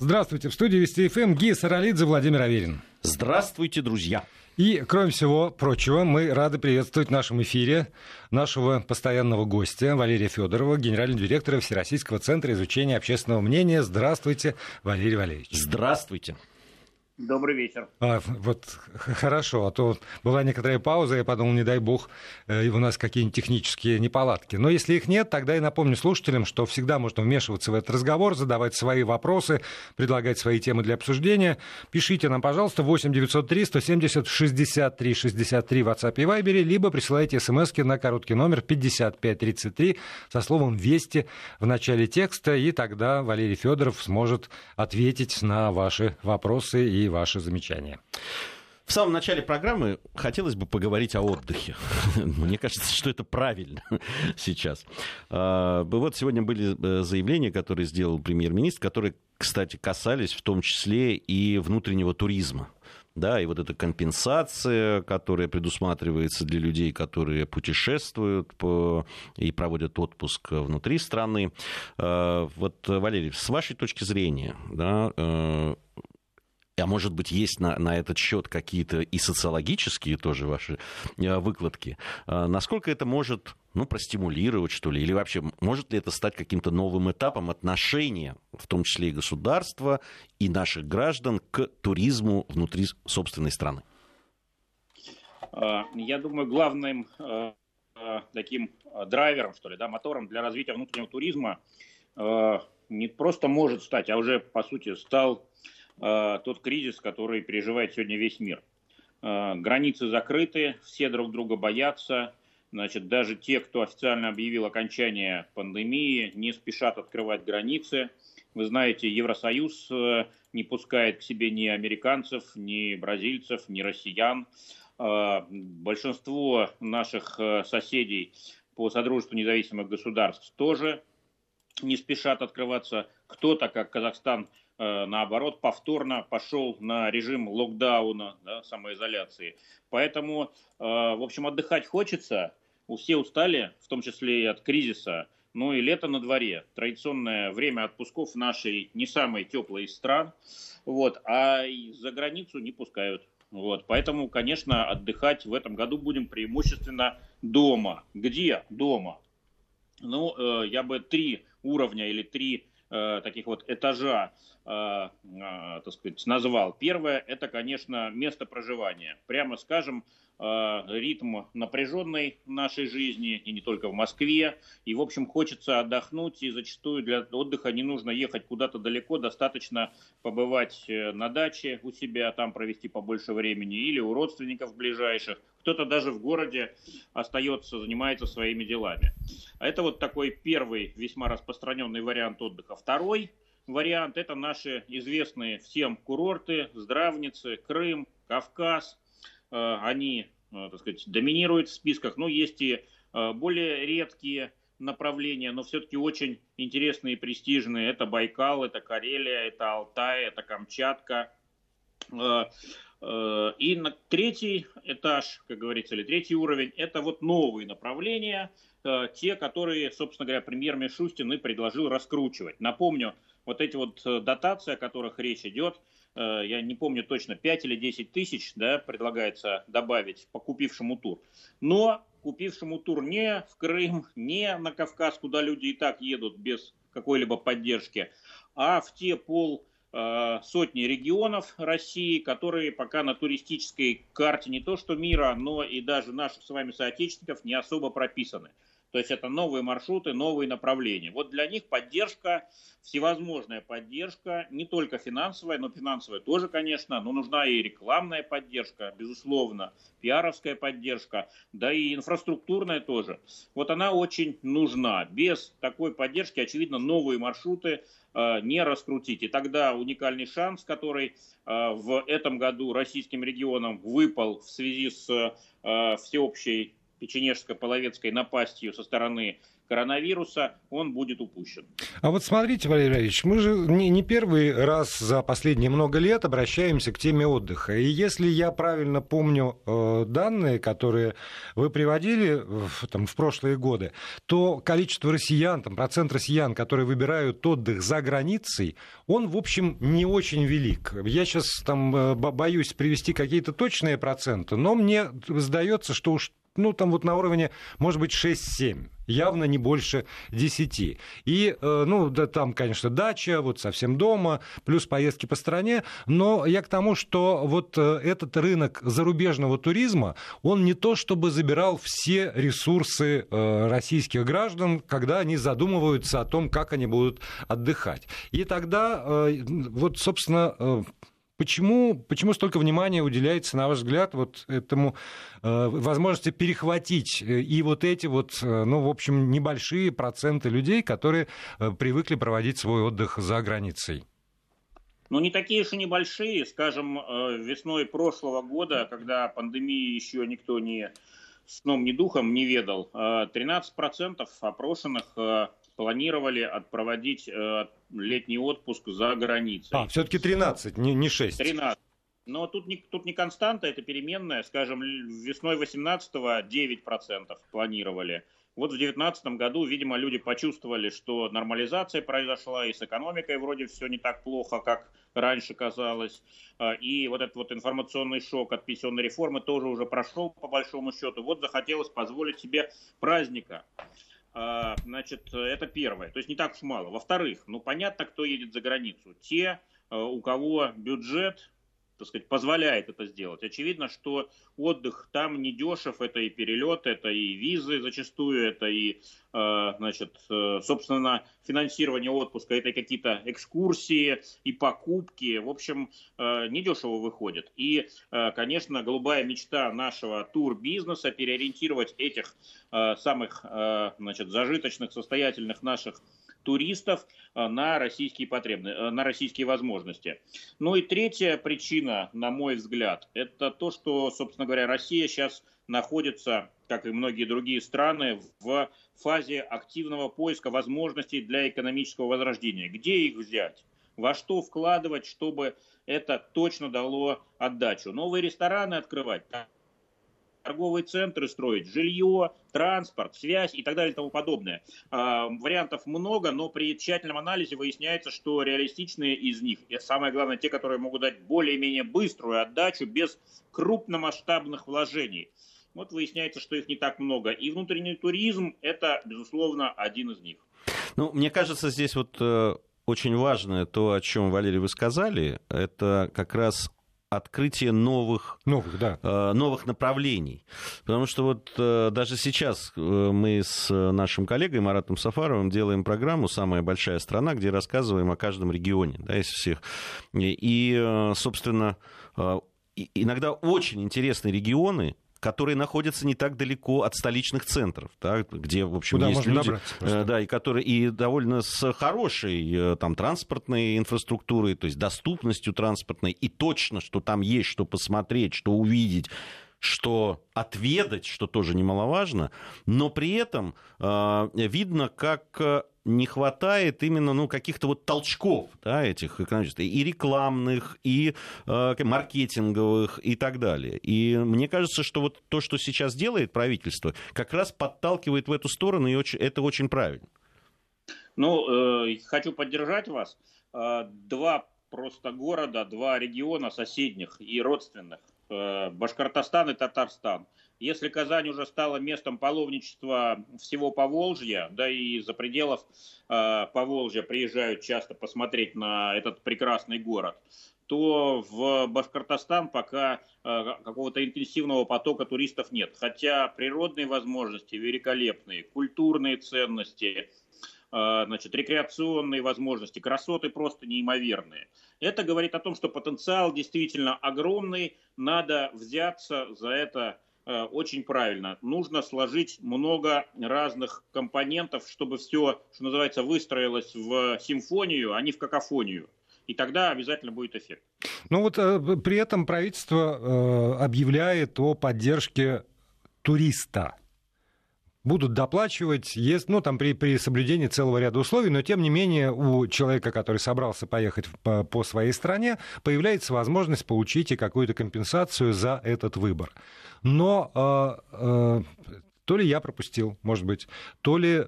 Здравствуйте. В студии Вести ФМ Гия Саралидзе, Владимир Аверин. Здравствуйте, друзья. И, кроме всего прочего, мы рады приветствовать в нашем эфире нашего постоянного гостя Валерия Федорова, генерального директора Всероссийского центра изучения общественного мнения. Здравствуйте, Валерий Валерьевич. Здравствуйте. Добрый вечер. Вот хорошо, а то была некоторая пауза, я подумал, не дай бог, у нас какие-нибудь технические неполадки. Но если их нет, тогда я напомню слушателям, что всегда можно вмешиваться в этот разговор, задавать свои вопросы, предлагать свои темы для обсуждения. Пишите нам, пожалуйста, 8 903 170 63 63 в WhatsApp и Viber, либо присылайте смски на короткий номер 5533 со словом «Вести» в начале текста, и тогда Валерий Федоров сможет ответить на ваши вопросы и ваши замечания. В самом начале программы хотелось бы поговорить о отдыхе. Мне кажется, что это правильно сейчас. Вот сегодня были заявления, которые сделал премьер-министр, которые, кстати, касались в том числе и внутреннего туризма. Да, и вот эта компенсация, которая предусматривается для людей, которые путешествуют и проводят отпуск внутри страны. Вот, Валерий, с вашей точки зрения, да, а может быть, есть на этот счет какие-то и социологические тоже ваши выкладки. Насколько это может, простимулировать, что ли? Или вообще, может ли это стать каким-то новым этапом отношения, в том числе и государства, и наших граждан, к туризму внутри собственной страны? Я думаю, главным таким драйвером, что ли, да, мотором для развития внутреннего туризма не просто может стать, а уже, по сути, стал тот кризис, который переживает сегодня весь мир. Границы закрыты, все друг друга боятся. Значит, даже те, кто официально объявил окончание пандемии, не спешат открывать границы. Вы знаете, Евросоюз не пускает к себе ни американцев, ни бразильцев, ни россиян. Большинство наших соседей по Содружеству независимых государств тоже не спешат открываться. Кто-то, как Казахстан, наоборот, повторно пошел на режим локдауна, да, самоизоляции. Поэтому, в общем, отдыхать хочется. Все устали, в том числе и от кризиса. Ну и лето на дворе. Традиционное время отпусков в нашей не самой теплой из стран. Вот, а за границу не пускают. Вот, поэтому, конечно, отдыхать в этом году будем преимущественно дома. Где? Дома. Я бы 3 уровня или 3 таких вот этажа, так сказать, назвал. Первое, это, конечно, место проживания. Прямо скажем, ритм напряженной нашей жизни, и не только в Москве. И, в общем, хочется отдохнуть, и зачастую для отдыха не нужно ехать куда-то далеко, достаточно побывать на даче у себя, там провести побольше времени, или у родственников ближайших. Кто-то даже в городе остается, занимается своими делами. А это вот такой первый весьма распространенный вариант отдыха. Второй вариант – это наши известные всем курорты, Здравницы, Крым, Кавказ. Они, так сказать, доминируют в списках. Но есть и более редкие направления, но все-таки очень интересные и престижные. Это Байкал, это Карелия, это Алтай, это Камчатка. И на третий этаж, как говорится, или третий уровень, это вот новые направления, те, которые, собственно говоря, премьер Мишустин и предложил раскручивать. Напомню, вот эти вот дотации, о которых речь идет, я не помню точно, 5 или 10 тысяч, да, предлагается добавить по купившему тур. Но купившему тур не в Крым, не на Кавказ, куда люди и так едут без какой-либо поддержки, а в те сотни регионов России, которые пока на туристической карте не то что мира, но и даже наших с вами соотечественников не особо прописаны. То есть это новые маршруты, новые направления. Вот для них поддержка, всевозможная поддержка, не только финансовая, но финансовая тоже, конечно, но нужна и рекламная поддержка, безусловно, пиаровская поддержка, да и инфраструктурная тоже. Вот она очень нужна. Без такой поддержки, очевидно, новые маршруты не раскрутить. И тогда уникальный шанс, который в этом году российским регионам выпал в связи с всеобщей печенежско-половецкой напастью со стороны коронавируса, он будет упущен. А вот смотрите, Валерий Валерьевич, мы же не первый раз за последние много лет обращаемся к теме отдыха. И если я правильно помню данные, которые вы приводили в прошлые годы, то количество россиян, процент россиян, которые выбирают отдых за границей, он, в общем, не очень велик. Я сейчас боюсь привести какие-то точные проценты, но мне сдается, что уж на уровне, может быть, 6-7, явно не больше 10. И, там, конечно, дача, совсем дома, плюс поездки по стране, но я к тому, что этот рынок зарубежного туризма, он не то чтобы забирал все ресурсы российских граждан, когда они задумываются о том, как они будут отдыхать. И тогда, собственно... Почему столько внимания уделяется, на ваш взгляд, этому возможности перехватить и эти в общем, небольшие проценты людей, которые привыкли проводить свой отдых за границей? Не такие уж и небольшие. Скажем, весной прошлого года, когда пандемии еще никто ни сном, ни духом не ведал, 13% опрошенных планировали проводить летний отпуск за границей. Все-таки 13, не 6. 13. Но тут не константа, это переменная. Скажем, весной 18-го 9% планировали. В 2019 году, видимо, люди почувствовали, что нормализация произошла, и с экономикой вроде все не так плохо, как раньше казалось. И этот информационный шок от пенсионной реформы тоже уже прошел, по большому счету. Захотелось позволить себе праздника. Это первое. То есть не так уж мало. Во-вторых, понятно, кто едет за границу. Те, у кого бюджет, позволяет это сделать. Очевидно, что отдых там не дешев. Это и перелет, это и визы зачастую, это и, собственно, финансирование отпуска, это и какие-то экскурсии и покупки. В общем, недешево выходит. И, конечно, голубая мечта нашего турбизнеса переориентировать этих самых, зажиточных, состоятельных наших туристов на российские на российские возможности. И третья причина, на мой взгляд, это то, что, собственно говоря, Россия сейчас находится, как и многие другие страны, в фазе активного поиска возможностей для экономического возрождения. Где их взять? Во что вкладывать, чтобы это точно дало отдачу? Новые рестораны открывать, торговые центры строить, жилье, транспорт, связь и так далее и тому подобное. Вариантов много, но при тщательном анализе выясняется, что реалистичные из них, и самое главное, те, которые могут дать более-менее быструю отдачу без крупномасштабных вложений. Выясняется, что их не так много. И внутренний туризм – это, безусловно, один из них. Мне кажется, здесь очень важное то, о чем, Валерий, вы сказали, это как раз открытие новых направлений. Потому что даже сейчас мы с нашим коллегой Маратом Сафаровым делаем программу «Самая большая страна», где рассказываем о каждом регионе, из всех. И, собственно, иногда очень интересные регионы, которые находятся не так далеко от столичных центров, где, в общем, есть люди, и довольно с хорошей транспортной инфраструктурой, то есть доступностью транспортной, и точно, что там есть что посмотреть, что увидеть, что отведать, что тоже немаловажно, но при этом видно, как не хватает именно каких-то толчков этих экономических, и рекламных, и маркетинговых, и так далее. И мне кажется, что то, что сейчас делает правительство, как раз подталкивает в эту сторону, и это очень правильно. Хочу поддержать вас. Два просто города, два региона соседних и родственных. Башкортостан и Татарстан. Если Казань уже стала местом паломничества всего Поволжья, да и за пределов Поволжья приезжают часто посмотреть на этот прекрасный город, то в Башкортостан пока какого-то интенсивного потока туристов нет. Хотя природные возможности великолепные, культурные ценности, рекреационные возможности, красоты просто неимоверные. Это говорит о том, что потенциал действительно огромный, надо взяться за это очень правильно. Нужно сложить много разных компонентов, чтобы все, что называется, выстроилось в симфонию, а не в какофонию. И тогда обязательно будет эффект. При этом правительство объявляет о поддержке туриста. будут доплачивать, там, при соблюдении целого ряда условий, но тем не менее у человека, который собрался поехать по своей стране, появляется возможность получить и какую-то компенсацию за этот выбор. Но то ли я пропустил, может быть, то ли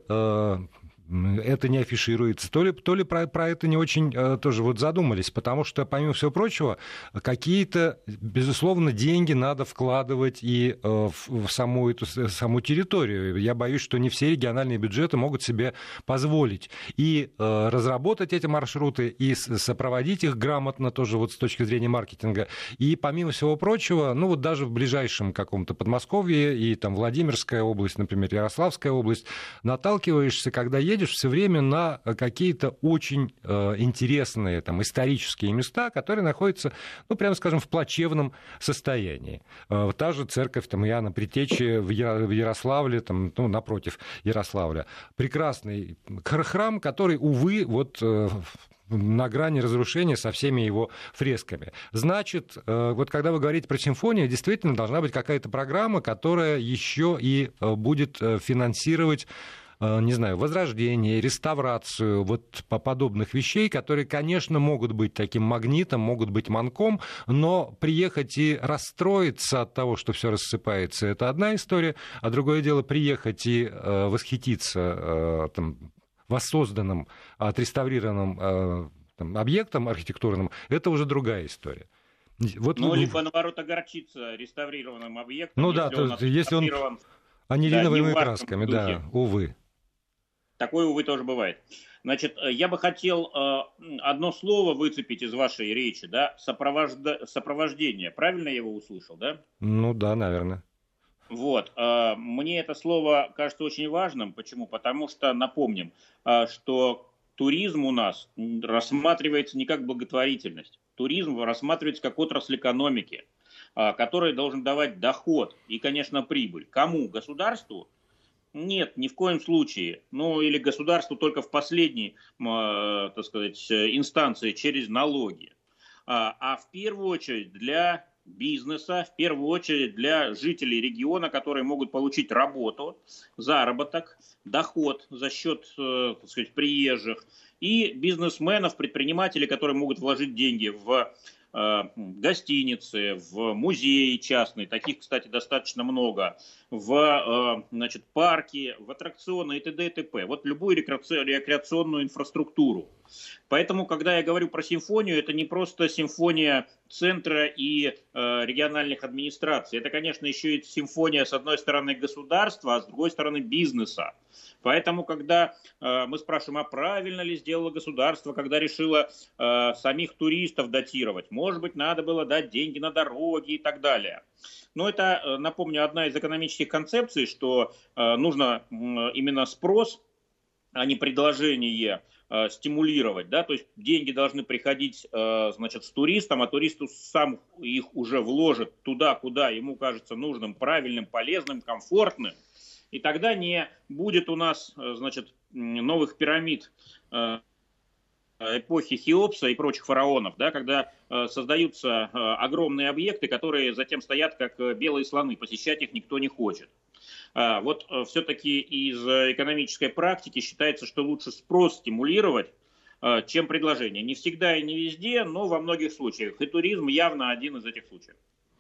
это не афишируется, то ли про это не очень тоже задумались, потому что, помимо всего прочего, какие-то, безусловно, деньги надо вкладывать и в саму территорию. Я боюсь, что не все региональные бюджеты могут себе позволить и разработать эти маршруты, и сопроводить их грамотно тоже с точки зрения маркетинга. И, помимо всего прочего, даже в ближайшем каком-то Подмосковье и там Владимирская область, например, Ярославская область, наталкиваешься, когда едешь все время на какие-то очень интересные там, исторические места, которые находятся, прямо скажем, в плачевном состоянии. Та же церковь Иоанна Предтечи в Ярославле, напротив Ярославля. Прекрасный храм, который, увы, на грани разрушения со всеми его фресками. Значит, когда вы говорите про симфонию, действительно должна быть какая-то программа, которая еще и будет финансировать, не знаю, возрождение, реставрацию подобных вещей, которые, конечно, могут быть таким магнитом, могут быть манком, но приехать и расстроиться от того, что все рассыпается, это одна история, а другое дело приехать и восхититься воссозданным, отреставрированным объектом архитектурным, это уже другая история. Либо, наоборот, огорчиться реставрированным объектом, если он анилиновыми красками, увы. Такое, увы, тоже бывает. Значит, я бы хотел одно слово выцепить из вашей речи, сопровождение. Правильно я его услышал, да? Да, наверное. Мне это слово кажется очень важным. Почему? Потому что, напомним, что туризм у нас рассматривается не как благотворительность. Туризм рассматривается как отрасль экономики, который должен давать доход и, конечно, прибыль. Кому? Государству? Нет, ни в коем случае. Или государству только в последней, инстанции через налоги. А в первую очередь для бизнеса, в первую очередь для жителей региона, которые могут получить работу, заработок, доход за счет, приезжих, и бизнесменов, предпринимателей, которые могут вложить деньги в гостиницы, в музеи частные, таких, кстати, достаточно много, в парки, в аттракционы и т.д. и т.п. Любую рекреационную инфраструктуру. Поэтому, когда я говорю про симфонию, это не просто симфония центра и региональных администраций. Это, конечно, еще и симфония, с одной стороны, государства, а с другой стороны, бизнеса. Поэтому, когда мы спрашиваем, а правильно ли сделало государство, когда решило самих туристов датировать, может быть, надо было дать деньги на дороги и так далее. Но это, напомню, одна из экономических концепций, что нужно именно спрос, а не предложение стимулировать, то есть деньги должны приходить, с туристом, а турист сам их уже вложит туда, куда ему кажется нужным, правильным, полезным, комфортным, и тогда не будет у нас, новых пирамид эпохи Хеопса и прочих фараонов, когда создаются огромные объекты, которые затем стоят как белые слоны, посещать их никто не хочет. Все-таки из экономической практики считается, что лучше спрос стимулировать, чем предложение. Не всегда и не везде, но во многих случаях. И туризм явно один из этих случаев.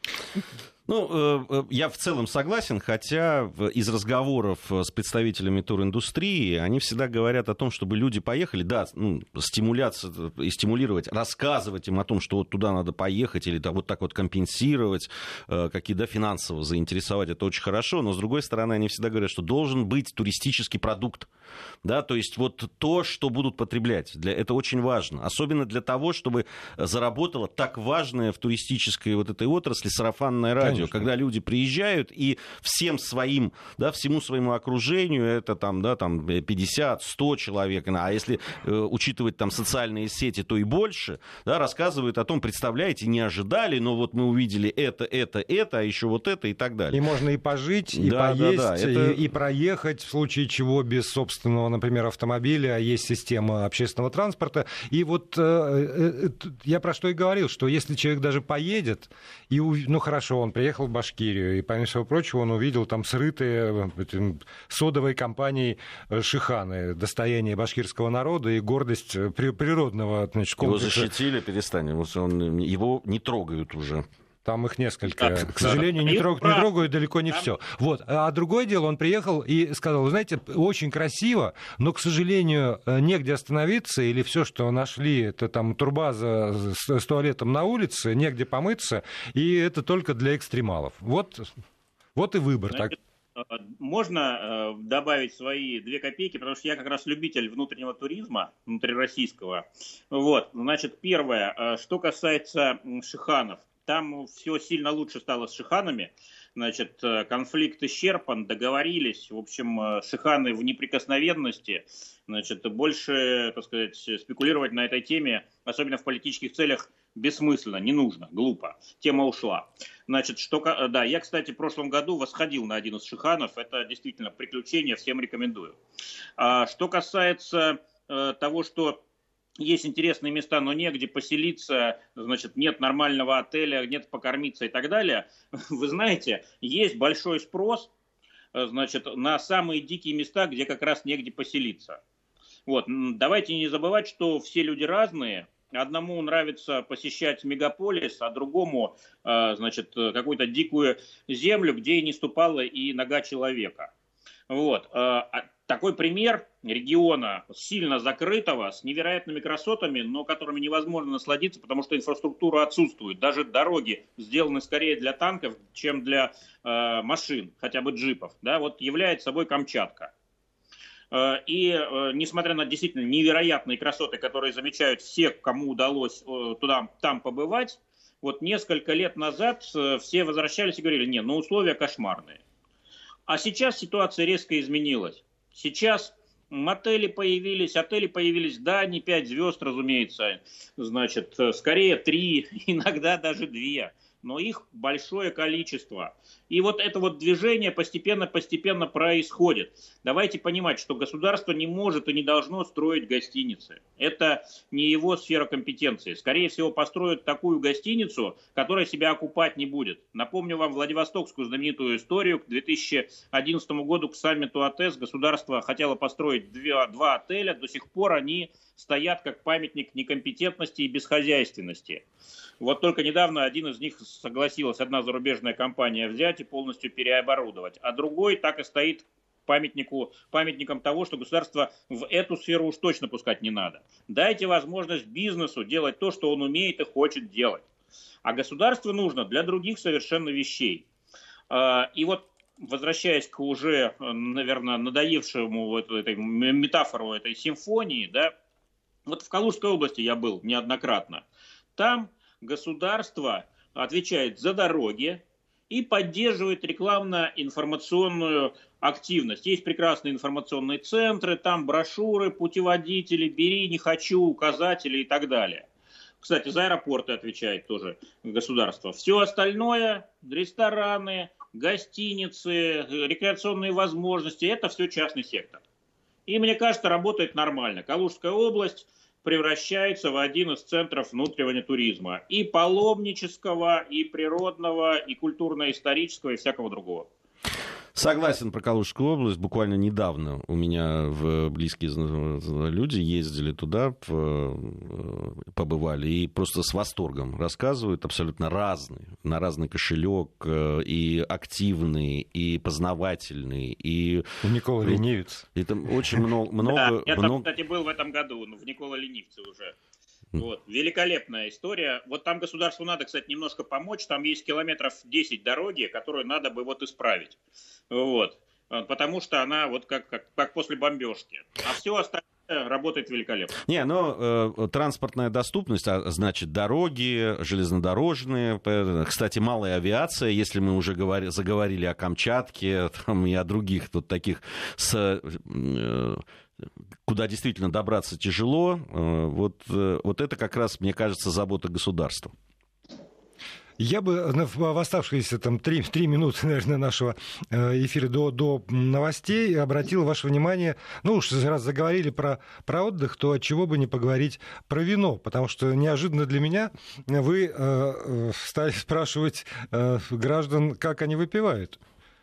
Я в целом согласен, хотя из разговоров с представителями туриндустрии они всегда говорят о том, чтобы люди поехали, стимулировать, рассказывать им о том, что туда надо поехать или так компенсировать, финансово заинтересовать, это очень хорошо, но с другой стороны они всегда говорят, что должен быть туристический продукт, то есть то, что будут потреблять, это очень важно, особенно для того, чтобы заработало так важное в туристической этой отрасли сарафанное радио. Конечно. Когда люди приезжают и всему своему окружению, это 50-100 человек, а если учитывать социальные сети, то и больше, рассказывают о том, представляете, не ожидали, но мы увидели это, а еще это и так далее. И можно и пожить, и поесть, и проехать, в случае чего без собственного, например, автомобиля, а есть система общественного транспорта. И я про что и говорил, что если человек даже поедет, хорошо, он приехал приехал в Башкирию, и, помимо всего прочего, он увидел там срытые содовой компанией Шиханы, достояние башкирского народа и гордость природного, значит, комплекса. Его защитили, перестань, его не трогают уже. Там их несколько. Да, к сожалению, не трогают далеко не все. Вот. А другое дело, он приехал и сказал, вы знаете, очень красиво, но, к сожалению, негде остановиться, или все, что нашли, это там турбаза с туалетом на улице, негде помыться, и это только для экстремалов. Вот и выбор. Значит, можно добавить свои 2 копейки, потому что я как раз любитель внутреннего туризма, внутрироссийского. Вот. Значит, первое, что касается Шиханов. Там все сильно лучше стало с Шиханами. Значит, конфликт исчерпан, договорились. В общем, Шиханы в неприкосновенности. Значит, больше, так сказать, спекулировать на этой теме, особенно в политических целях, бессмысленно, не нужно, глупо. Тема ушла. Значит, да, я, кстати, в прошлом году восходил на один из Шиханов. Это действительно приключение, всем рекомендую. Что касается того, что есть интересные места, но негде поселиться, значит, нет нормального отеля, нет покормиться и так далее. Вы знаете, есть большой спрос, значит, на самые дикие места, где как раз негде поселиться. Вот. Давайте не забывать, что все люди разные. Одному нравится посещать мегаполис, а другому, значит, какую-то дикую землю, где и не ступала и нога человека. Вот. Такой пример региона сильно закрытого, с невероятными красотами, но которыми невозможно насладиться, потому что инфраструктура отсутствует. Даже дороги сделаны скорее для танков, чем для машин, хотя бы джипов. Да, вот является собой Камчатка. И несмотря на действительно невероятные красоты, которые замечают все, кому удалось там побывать, вот несколько лет назад все возвращались и говорили, не, ну условия кошмарные. А сейчас ситуация резко изменилась. Сейчас отели появились, да, не 5 звезд, разумеется, значит, скорее 3, иногда даже 2, но их большое количество. И вот это вот движение постепенно происходит. Давайте понимать, что государство не может и не должно строить гостиницы. Это не его сфера компетенции. Скорее всего, построят такую гостиницу, которая себя окупать не будет. Напомню вам Владивостокскую знаменитую историю. К 2011 году к саммиту АТЭС государство хотело построить 2 отеля. До сих пор они стоят как памятник некомпетентности и бесхозяйственности. Вот только недавно один из них согласилась одна зарубежная компания взять и полностью переоборудовать, а другой так и стоит памятником того, что государство в эту сферу уж точно пускать не надо. Дайте возможность бизнесу делать то, что он умеет и хочет делать. А государству нужно для других совершенно вещей. И вот, возвращаясь к уже, наверное, надоевшему этой метафору этой симфонии, да, вот в Калужской области я был неоднократно. Там государство отвечает за дороги и поддерживает рекламно-информационную активность. Есть прекрасные информационные центры, там брошюры, путеводители, бери, не хочу, указатели и так далее. Кстати, за аэропорты отвечает тоже государство. Все остальное, рестораны, гостиницы, рекреационные возможности, это все частный сектор. И, мне кажется, работает нормально. Калужская область превращается в один из центров внутреннего туризма. И паломнического, и природного, и культурно-исторического, и всякого другого. Согласен про Калужскую область. Буквально недавно у меня близкие люди ездили туда, побывали, и просто с восторгом рассказывают, абсолютно разные, на разный кошелек, и активные, и познавательные. И... Никола Ленивец. И там очень много... Да, я там, кстати, был в этом году, в Никола Ленивце уже. Вот. Великолепная история. Вот там государству надо, кстати, немножко помочь. Там есть километров 10 дороги, которую надо бы вот исправить. Вот. Потому что она вот как после бомбежки. А все остальное работает великолепно. Не, но транспортная доступность, а значит дороги, железнодорожные, кстати, малая авиация, если мы уже заговорили о Камчатке там, и о других тут таких куда действительно добраться тяжело, вот это как раз, мне кажется, забота государства. Я бы в оставшиеся там 3 минуты, наверное, нашего эфира до новостей обратил ваше внимание, ну уж раз заговорили про отдых, то отчего бы не поговорить про вино, потому что неожиданно для меня вы стали спрашивать граждан, как они выпивают.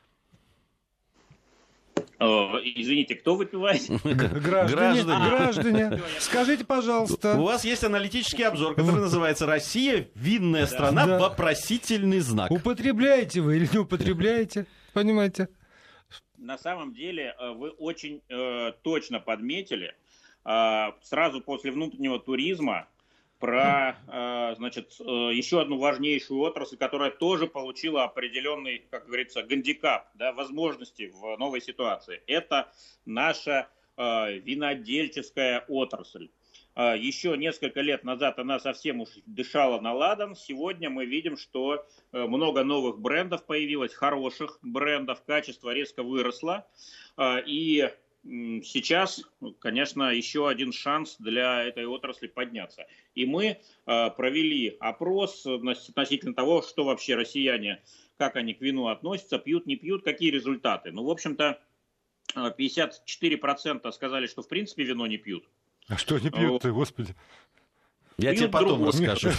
Извините, кто выпивает? Граждане. Скажите, пожалуйста. У вас есть аналитический обзор, который называется «Россия – винная страна. Вопросительный знак». Употребляете вы или не употребляете? Понимаете? На самом деле вы очень точно подметили сразу после внутреннего туризма про, значит, еще одну важнейшую отрасль, которая тоже получила определенный, как говорится, гандикап, да, возможности в новой ситуации. Это наша винодельческая отрасль. Еще несколько лет назад она совсем уж дышала на ладан. Сегодня мы видим, что много новых брендов появилось, хороших брендов, качество резко выросло. И сейчас, конечно, еще один шанс для этой отрасли подняться. И мы провели опрос относительно того, что вообще россияне, как они к вину относятся, пьют, не пьют, какие результаты. Ну, в общем-то, 54% сказали, что в принципе вино не пьют. А что не пьют-то, господи? Я тебе потом расскажу.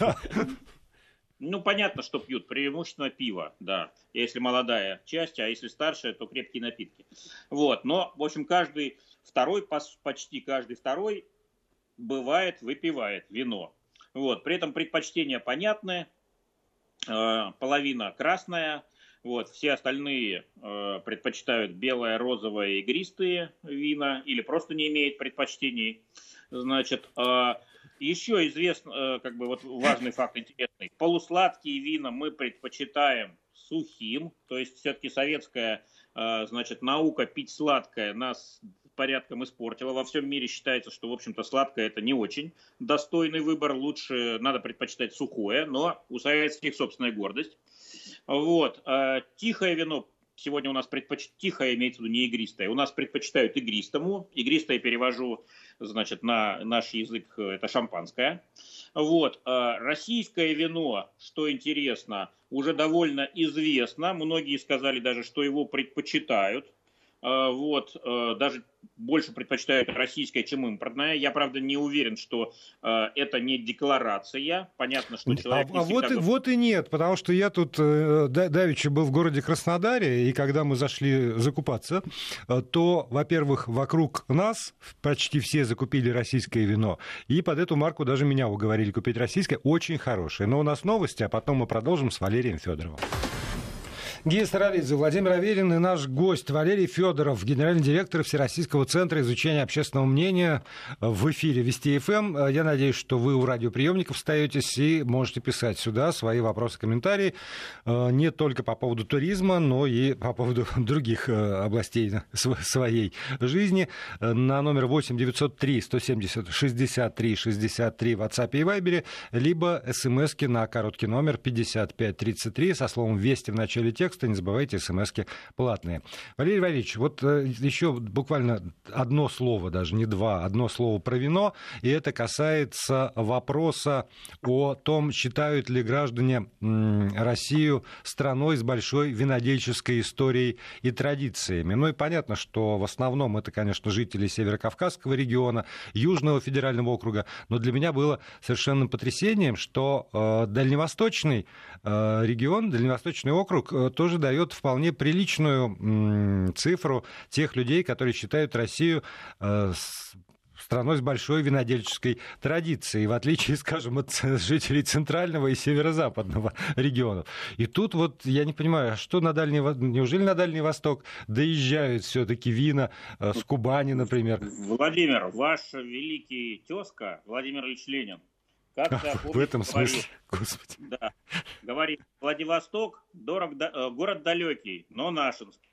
Ну, понятно, что пьют, преимущественно пиво, да, если молодая часть, а если старшая, то крепкие напитки. Вот, но, в общем, каждый второй, почти каждый второй бывает, выпивает вино. Вот, при этом предпочтения понятны, половина красная, вот, все остальные предпочитают белое, розовое, игристые вина или просто не имеют предпочтений, значит. Еще известно, как бы вот важный факт интересный, полусладкие вина мы предпочитаем сухим, то есть все-таки советская, значит, наука пить сладкое нас порядком испортила. Во всем мире считается, что, в общем-то, сладкое это не очень достойный выбор, лучше надо предпочитать сухое, но у советских собственная гордость. Вот, тихое вино. Сегодня у нас тихое, имеется в виду не игристое. У нас предпочитают игристому. Игристое перевожу, значит, на наш язык, это шампанское. Вот. Российское вино, что интересно, уже довольно известно. Многие сказали даже, что его предпочитают. Вот. Даже больше предпочитают российское, чем импортное. Я, правда, не уверен, что это не декларация. Понятно, что человек... Вот и нет, потому что я тут давеча был в городе Краснодаре, и когда мы зашли закупаться, то, во-первых, вокруг нас почти все закупили российское вино, и под эту марку даже меня уговорили купить российское, очень хорошее. Но у нас новости, а потом мы продолжим с Валерием Федоровым. Гия Старолидзе, Владимир Аверин и наш гость Валерий Федоров, генеральный директор Всероссийского центра изучения общественного мнения в эфире Вести ФМ. Я надеюсь, что вы у радиоприемников остаетесь и можете писать сюда свои вопросы, комментарии не только по поводу туризма, но и по поводу других областей своей жизни. На номер 8 903 170 63 63 в WhatsApp и Viber, либо смски на короткий номер 5533 со словом «Вести» в начале текста. Не забывайте, смски платные. Валерий Валерьевич, вот еще буквально одно слово, даже не два, одно слово про вино, и это касается вопроса о том, считают ли граждане Россию страной с большой винодельческой историей и традициями. Ну и понятно, что в основном это, конечно, жители Северокавказского региона, Южного федерального округа, но для меня было совершенным потрясением, что дальневосточный регион, дальневосточный округ тоже дает вполне приличную цифру тех людей, которые считают Россию страной с большой винодельческой традицией, в отличие, скажем, от жителей центрального и северо-западного регионов. И тут вот я не понимаю, что неужели на Дальний Восток доезжают все-таки вина с Кубани, например? Владимир, ваш великий тезка Владимир Ильич Ленин, как-то в этом смысле, господи. Да. Говорит, Владивосток город далекий, но нашинский.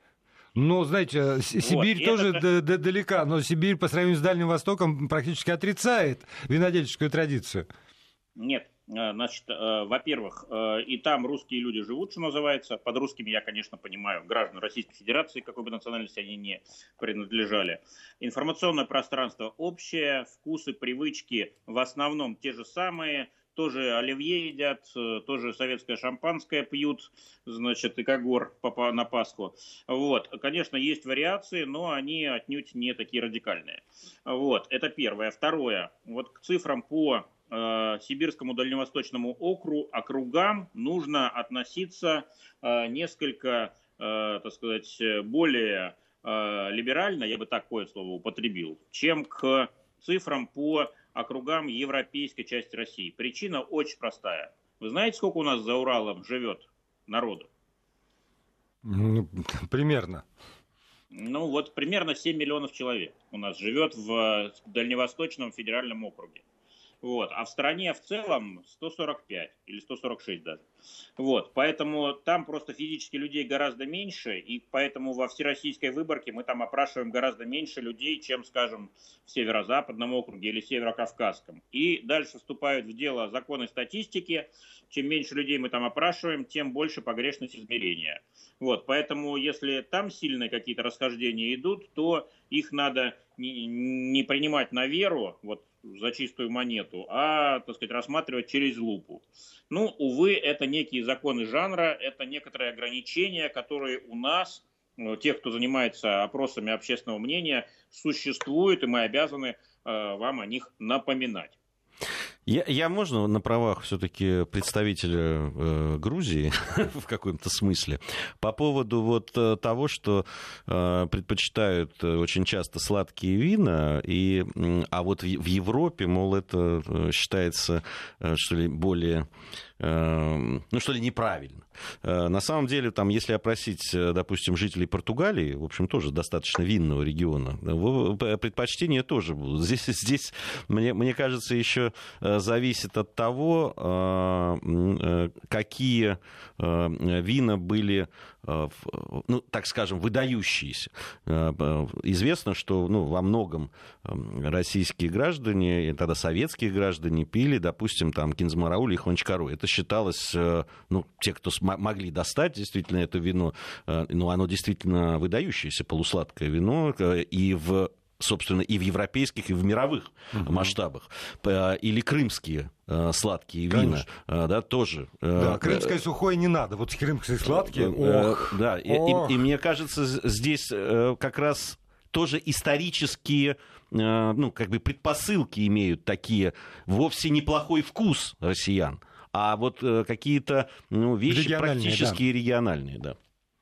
Ну, знаете, Сибирь тоже далека, но Сибирь по сравнению с Дальним Востоком практически отрицает винодельческую традицию. Нет, значит, во-первых, и там русские люди живут, что называется. Под русскими я, конечно, понимаю граждан Российской Федерации, какой бы национальности они ни принадлежали. Информационное пространство общее, вкусы, привычки в основном те же самые. тоже оливье едят, тоже советское шампанское пьют, значит, и когор на Пасху. Вот. Конечно, есть вариации, но они отнюдь не такие радикальные. Вот. Это первое. Второе. Вот к цифрам по Сибирскому дальневосточному округам нужно относиться несколько, так сказать, более либерально, я бы такое слово употребил, чем к цифрам по округам европейской части России. Причина очень простая. Вы знаете, сколько у нас за Уралом живет народу? Примерно. Ну вот примерно 7 миллионов человек у нас живет в Дальневосточном федеральном округе. Вот. А в стране в целом 145 или 146 даже. Вот. Поэтому там просто физически людей гораздо меньше, и поэтому во всероссийской выборке мы там опрашиваем гораздо меньше людей, чем, скажем, в Северо-Западном округе или Северо-Кавказском. И дальше вступают в дело законы статистики. Чем меньше людей мы там опрашиваем, тем больше погрешность измерения. Вот. Поэтому если там сильные какие-то расхождения идут, то их надо не принимать на веру, вот, за чистую монету, а, так сказать, рассматривать через лупу. Ну, увы, это некие законы жанра, это некоторые ограничения, которые у нас, тех, кто занимается опросами общественного мнения, существуют, и мы обязаны вам о них напоминать. Я можно на правах все-таки представителя Грузии в каком-то смысле по поводу вот того, что предпочитают очень часто сладкие вина, а вот в Европе, мол, это считается, что ли, более, ну, что ли, неправильно. На самом деле, там, если опросить, допустим, жителей Португалии, в общем, тоже достаточно винного региона, предпочтения тоже будут. Здесь мне кажется, еще зависит от того, какие вина были, ну, так скажем, выдающиеся. Известно, что, ну, во многом российские граждане, тогда советские граждане пили, допустим, там, Кинзмараули и Хончкару. Это считалось, ну, те, кто могли достать действительно это вино, ну, оно действительно выдающееся, полусладкое вино, собственно, и в европейских, и в мировых масштабах. Или крымские сладкие вина, да, тоже. Да, крымское сухое не надо, вот крымские сладкие, ох. Да, ох. И мне кажется, здесь как раз тоже исторические, ну, как бы предпосылки имеют такие, вовсе неплохой вкус россиян, а вот какие-то, ну, вещи практически региональные, да.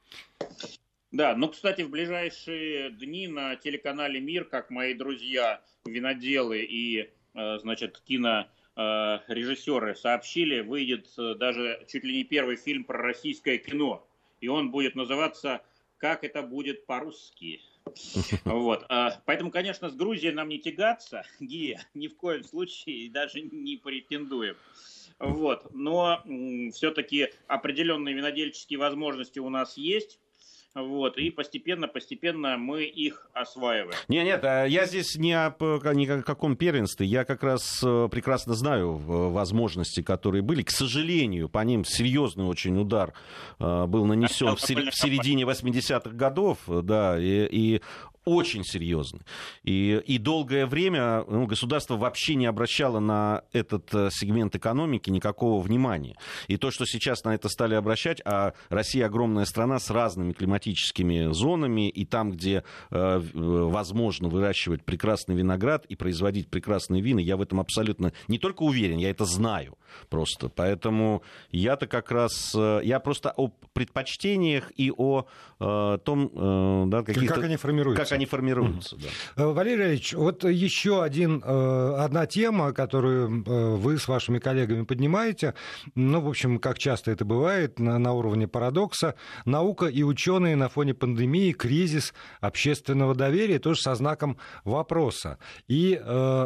Да, ну, кстати, в ближайшие дни на телеканале «Мир», как мои друзья, виноделы и, значит, кинорежиссеры сообщили, выйдет даже чуть ли не первый фильм про российское кино. И он будет называться «Как это будет по-русски». Вот. Поэтому, конечно, с Грузией нам не тягаться, Гия, ни в коем случае, даже не претендуем. Вот. Но все-таки определенные винодельческие возможности у нас есть. Вот, и постепенно мы их осваиваем. Нет, я здесь ни о каком первенстве. Я как раз прекрасно знаю возможности, которые были. К сожалению, по ним серьезный очень удар был нанесен в середине 80-х годов. Да, и очень серьезный. И долгое время государство вообще не обращало на этот сегмент экономики никакого внимания. И то, что сейчас на это стали обращать, а Россия огромная страна с разными климатическими зонами, и там, где возможно выращивать прекрасный виноград и производить прекрасные вина, я в этом абсолютно не только уверен, я это знаю просто. Поэтому я-то как раз... Я просто о предпочтениях и о том... да, как они формируются. Да. Валерий Ильич, вот еще одна тема, которую вы с вашими коллегами поднимаете, ну, в общем, как часто это бывает, на уровне парадокса, наука и ученые на фоне пандемии, кризис общественного доверия, тоже со знаком вопроса. И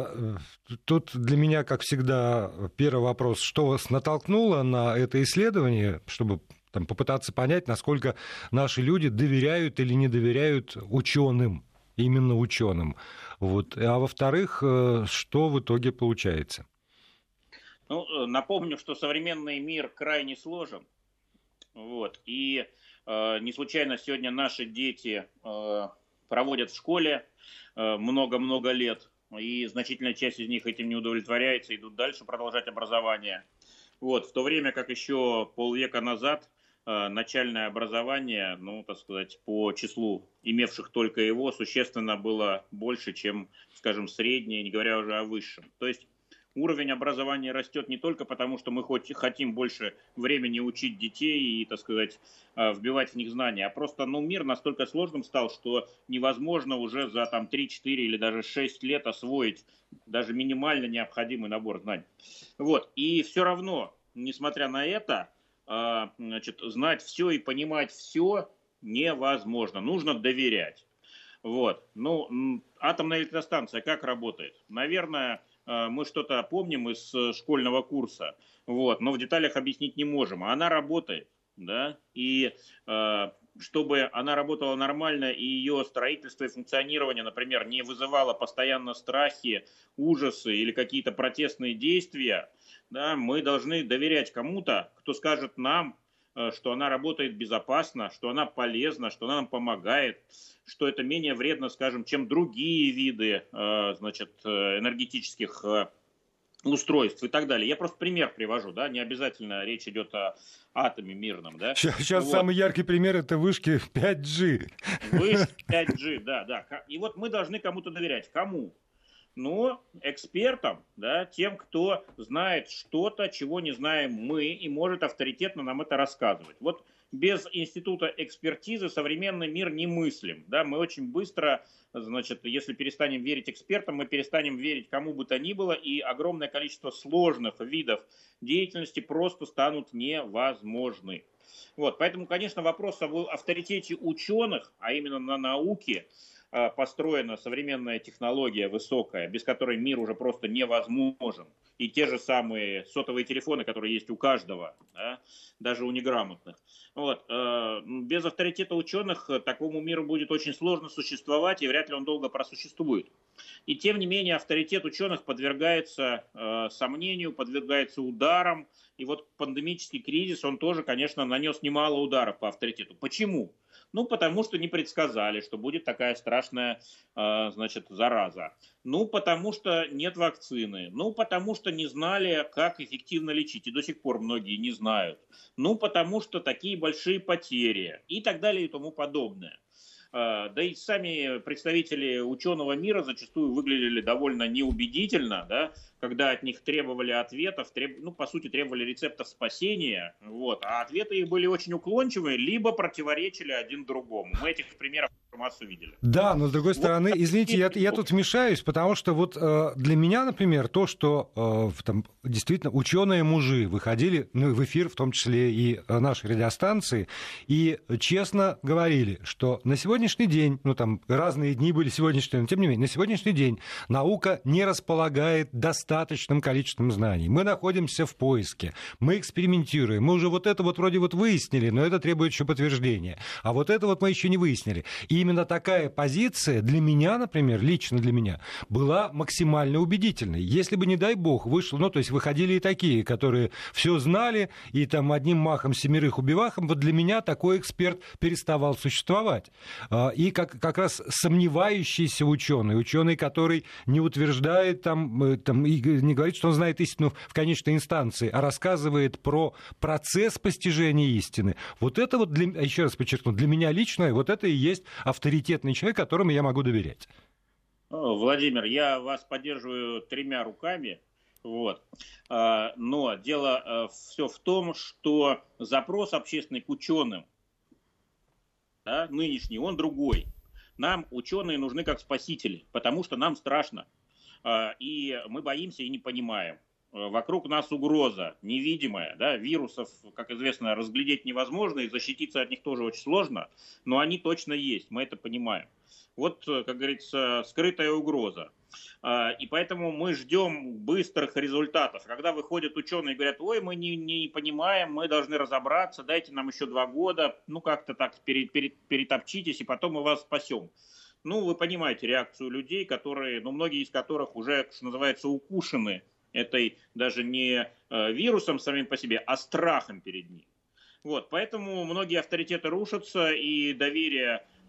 тут для меня, как всегда, первый вопрос, что вас натолкнуло на это исследование, чтобы попытаться понять, насколько наши люди доверяют или не доверяют ученым, именно ученым. Вот. А во-вторых, что в итоге получается? Ну, напомню, что современный мир крайне сложен. Вот. И не случайно сегодня наши дети проводят в школе много-много лет. и значительная часть из них этим не удовлетворяется, идут дальше продолжать образование. Вот, в то время как еще полвека назад начальное образование, ну, так сказать, по числу имевших только его, существенно было больше, чем, скажем, среднее, не говоря уже о высшем. То есть уровень образования растет не только потому, что мы хотим больше времени учить детей и, так сказать, вбивать в них знания, а просто, ну, мир настолько сложным стал, что невозможно уже за там 3, 4 или даже 6 лет освоить даже минимально необходимый набор знаний. Вот. И все равно, несмотря на это, значит, знать все и понимать все невозможно. Нужно доверять. Вот. Ну, атомная электростанция как работает? Наверное, мы что-то помним из школьного курса, вот, но в деталях объяснить не можем. Она работает, да, и чтобы она работала нормально, и ее строительство и функционирование, например, не вызывало постоянно страхи, ужасы или какие-то протестные действия, да, мы должны доверять кому-то, кто скажет нам, что она работает безопасно, что она полезна, что она нам помогает, что это менее вредно, скажем, чем другие виды, значит, энергетических устройств и так далее. Я просто пример привожу, да, не обязательно речь идет о атоме мирном, да. Сейчас вот. Самый яркий пример — это вышки 5G. Вышки 5G, да. И вот мы должны кому-то доверять. Кому? Ну, экспертам, да, тем, кто знает что-то, чего не знаем мы, и может авторитетно нам это рассказывать. Вот без института экспертизы современный мир немыслим. Да? Мы очень быстро, значит, если перестанем верить экспертам, мы перестанем верить кому бы то ни было, и огромное количество сложных видов деятельности просто станут невозможны. Вот, поэтому, конечно, вопрос об авторитете ученых, а именно на науке, построена современная технология высокая, без которой мир уже просто невозможен. И те же самые сотовые телефоны, которые есть у каждого, да, даже у неграмотных. Вот. Без авторитета ученых такому миру будет очень сложно существовать, и вряд ли он долго просуществует. И тем не менее авторитет ученых подвергается сомнению, подвергается ударам. И вот пандемический кризис, он тоже, конечно, нанес немало ударов по авторитету. Почему? Ну, потому что не предсказали, что будет такая страшная, значит, зараза. Ну, потому что нет вакцины. Ну, потому что не знали, как эффективно лечить. И до сих пор многие не знают. Ну, потому что такие большие потери. И так далее и тому подобное. Да и сами представители ученого мира зачастую выглядели довольно неубедительно, да, когда от них требовали ответов, ну, по сути, требовали рецептов спасения, вот, а ответы их были очень уклончивые, либо противоречили один другому. Мы этих примеров массу видели. Да, но с другой стороны, извините, я тут вмешаюсь, потому что вот для меня, например, то, что там, действительно ученые-мужи выходили в эфир, в том числе и нашей радиостанции, и честно говорили, что на сегодняшний день, ну там разные дни были сегодняшние, но тем не менее, на сегодняшний день наука не располагает достаточным количеством знаний. Мы находимся в поиске, мы экспериментируем, мы уже вот это вот вроде вот выяснили, но это требует еще подтверждения, а вот это вот мы еще не выяснили. И именно такая позиция для меня, например, лично для меня, была максимально убедительной. Если бы, не дай бог, вышло, ну, то есть выходили и такие, которые все знали, и там одним махом 7 убивахом, вот для меня такой эксперт переставал существовать. И как раз сомневающийся ученый, который не утверждает там, и не говорит, что он знает истину в конечной инстанции, а рассказывает про процесс постижения истины. Вот это вот, еще раз подчеркну, для меня лично, вот это и есть авторитетный человек, которому я могу доверять. Владимир, я вас поддерживаю 3 руками. Вот. Но дело все в том, что запрос общественный к ученым, да, нынешний, он другой. Нам ученые нужны как спасители, потому что нам страшно. И мы боимся и не понимаем. Вокруг нас угроза невидимая, да, вирусов, как известно, разглядеть невозможно, и защититься от них тоже очень сложно, но они точно есть, мы это понимаем. Вот, как говорится, скрытая угроза. И поэтому мы ждем быстрых результатов. Когда выходят ученые и говорят: ой, мы не понимаем, мы должны разобраться, дайте нам еще 2 года, ну как-то так перетопчитесь, и потом мы вас спасем. Ну, вы понимаете реакцию людей, которые, ну, многие из которых уже, что называется, укушены этой даже не вирусом самим по себе, а страхом перед ним. Вот, поэтому многие авторитеты рушатся, и доверие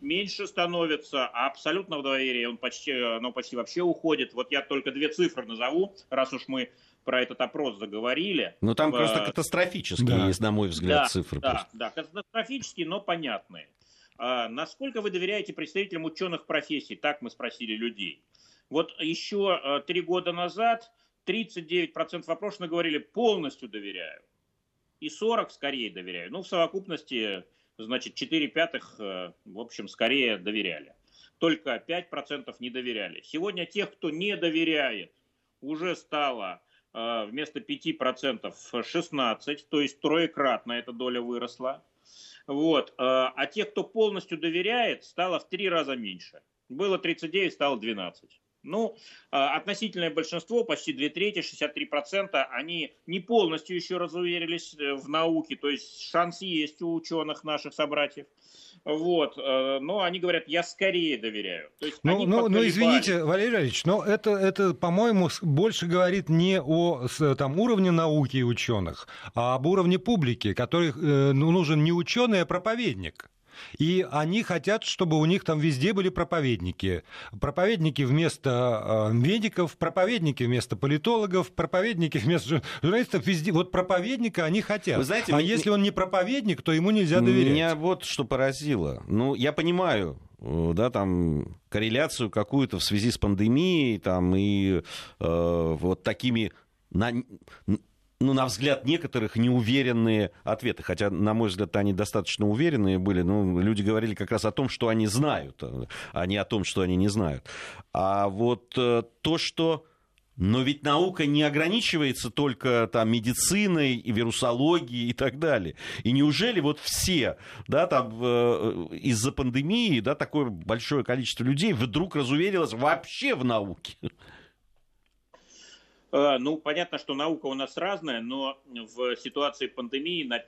меньше становится, а абсолютного доверия оно почти вообще уходит. Вот я только 2 цифры назову, раз уж мы про этот опрос заговорили. Ну, там просто катастрофические есть, на мой взгляд, цифры. Да, катастрофические, но понятные. Насколько вы доверяете представителям ученых профессий? Так мы спросили людей. Вот еще 3 года назад 39% опрошенных говорили: полностью доверяю. И 40% скорее доверяю. Ну, в совокупности, значит, 4/5, в общем, скорее доверяли. Только 5% не доверяли. Сегодня тех, кто не доверяет, уже стало вместо 5% 16%, то есть троекратно эта доля выросла. Вот. А тех, кто полностью доверяет, стало в 3 раза меньше. Было 39, стало 12. Ну, относительное большинство, почти 2/3, 63%, они не полностью еще разуверились в науке, то есть шанс есть у ученых, наших собратьев. Вот. Но они говорят: я скорее доверяю. То есть извините, Валерий Валерьевич, но это, по-моему, больше говорит не о уровне науки и ученых, а об уровне публики, который нужен не ученый, а проповедник. И они хотят, чтобы у них там везде были проповедники. Проповедники вместо медиков, проповедники вместо политологов, проповедники вместо журналистов. Везде. Вот проповедника они хотят. Вы знаете, если он не проповедник, то ему нельзя доверять. Меня вот что поразило. Ну, я понимаю, да, там корреляцию какую-то в связи с пандемией, там, и вот такими... на взгляд некоторых, неуверенные ответы. Хотя, на мой взгляд, они достаточно уверенные были. Но люди говорили как раз о том, что они знают, а не о том, что они не знают. А вот то, что... Но ведь наука не ограничивается только там медициной, и вирусологией и так далее. И неужели вот все, да, там, из-за пандемии, да, такое большое количество людей вдруг разуверилось вообще в науке? Ну, понятно, что наука у нас разная, но в ситуации пандемии на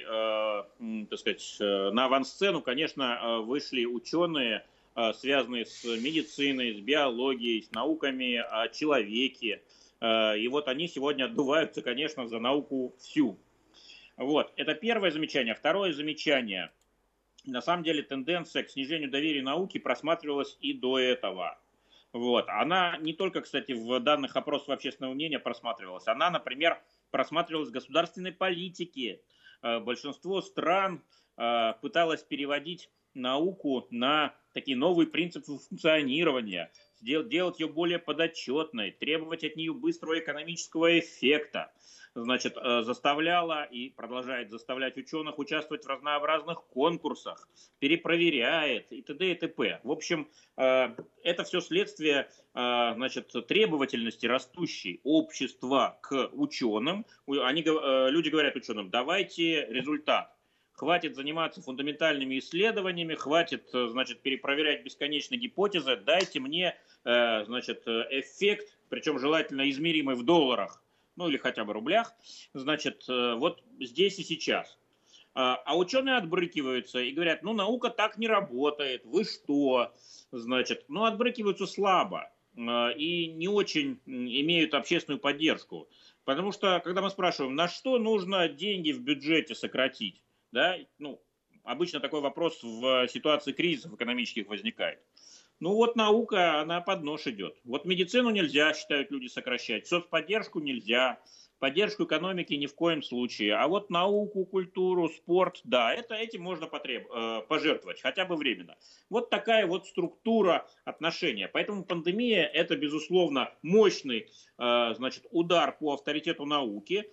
на авансцену, конечно, вышли ученые, связанные с медициной, с биологией, с науками о человеке. И вот они сегодня отдуваются, конечно, за науку всю. Вот, это первое замечание. Второе замечание. На самом деле тенденция к снижению доверия науке просматривалась и до этого. Вот. Она не только, кстати, в данных опросов общественного мнения просматривалась. Она, например, просматривалась в государственной политике. Большинство стран пыталось переводить науку на такие новые принципы функционирования, делать ее более подотчетной, требовать от нее быстрого экономического эффекта. Значит, заставляла и продолжает заставлять ученых участвовать в разнообразных конкурсах, перепроверяет и т.д. и т.п. В общем, это все следствие, значит, требовательности растущей общества к ученым. Люди говорят ученым: давайте результат. Хватит заниматься фундаментальными исследованиями, хватит, значит, перепроверять бесконечные гипотезы, дайте мне, значит, эффект, причем желательно измеримый в долларах, ну или хотя бы рублях, значит, вот здесь и сейчас. А ученые отбрыкиваются и говорят: ну, наука так не работает, вы что? Значит, ну, отбрыкиваются слабо и не очень имеют общественную поддержку. Потому что, когда мы спрашиваем, на что нужно деньги в бюджете сократить, да, ну, обычно такой вопрос в ситуации кризисов экономических возникает. Ну вот наука, она под нож идет. Вот медицину нельзя, считают люди, сокращать, соцподдержку нельзя, поддержку экономики ни в коем случае. А вот науку, культуру, спорт, да, этим можно пожертвовать, хотя бы временно. Вот такая вот структура отношения. Поэтому пандемия – это, безусловно, мощный, значит, удар по авторитету науки,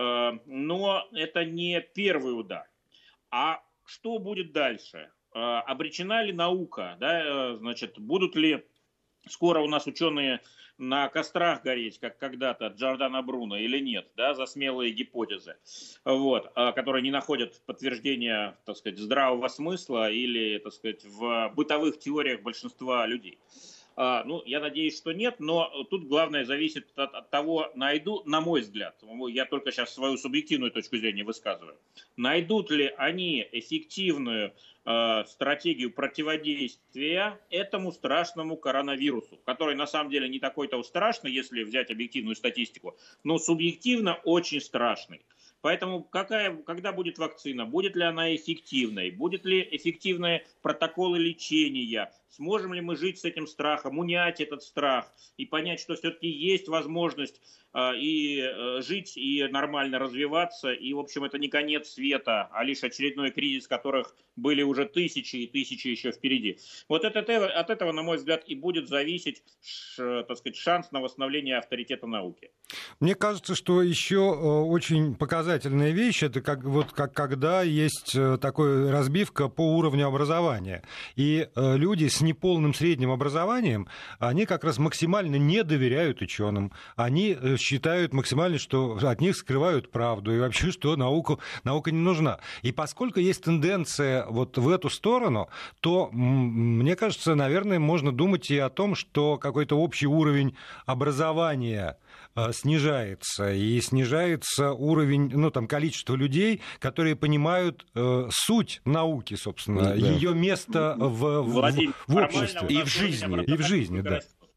но это не первый удар. А что будет дальше? Обречена ли наука? Да? Значит, будут ли скоро у нас ученые на кострах гореть, как когда-то Джордано Бруно, или нет, да, за смелые гипотезы, вот, которые не находят подтверждения, так сказать, здравого смысла или, так сказать, в бытовых теориях большинства людей? Ну, я надеюсь, что нет, но тут главное зависит от того, на мой взгляд, я только сейчас свою субъективную точку зрения высказываю, найдут ли они эффективную стратегию противодействия этому страшному коронавирусу, который на самом деле не такой-то страшный, если взять объективную статистику, но субъективно очень страшный. Поэтому когда будет вакцина, будет ли она эффективной, будут ли эффективные протоколы лечения, сможем ли мы жить с этим страхом, унять этот страх и понять, что все-таки есть возможность и жить, и нормально развиваться. И, в общем, это не конец света, а лишь очередной кризис, которых были уже тысячи и тысячи еще впереди. Вот от этого, на мой взгляд, и будет зависеть, так сказать, шанс на восстановление авторитета науки. Мне кажется, что еще очень показательная вещь, это когда есть такая разбивка по уровню образования. И люди с неполным средним образованием, они как раз максимально не доверяют ученым. Они считают максимально, что от них скрывают правду, и вообще, что наука не нужна. И поскольку есть тенденция вот в эту сторону, то, мне кажется, наверное, можно думать и о том, что какой-то общий уровень образования снижается, и снижается уровень, количество людей, которые понимают суть науки, собственно, ее место в обществе и в жизни, да.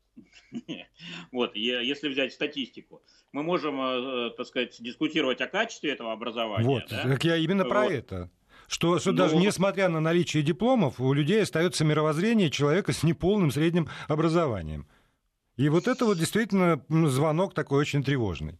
Вот, если взять статистику, мы можем, так сказать, дискутировать о качестве этого образования. Вот, да? так я именно про это. Что даже несмотря на наличие дипломов, у людей остается мировоззрение человека с неполным средним образованием. И вот это вот действительно звонок такой очень тревожный.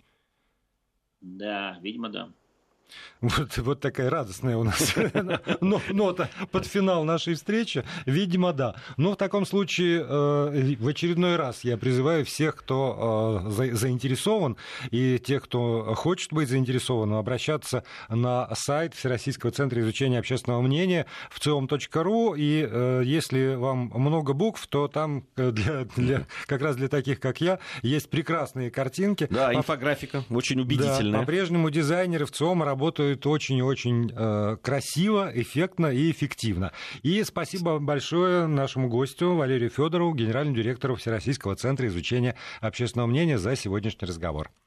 Да, видимо, да. Вот такая радостная у нас нота под финал нашей встречи. Видимо, да. Но в таком случае в очередной раз я призываю всех, кто заинтересован, и тех, кто хочет быть заинтересованным, обращаться на сайт Всероссийского центра изучения общественного мнения вциом.ру. И если вам много букв, то там как раз для таких, как я, есть прекрасные картинки. Да, инфографика очень убедительная. Да, по-прежнему дизайнеры ВЦИОМа работают очень-очень красиво, эффектно и эффективно. И спасибо большое нашему гостю Валерию Федорову, генеральному директору Всероссийского центра изучения общественного мнения, за сегодняшний разговор.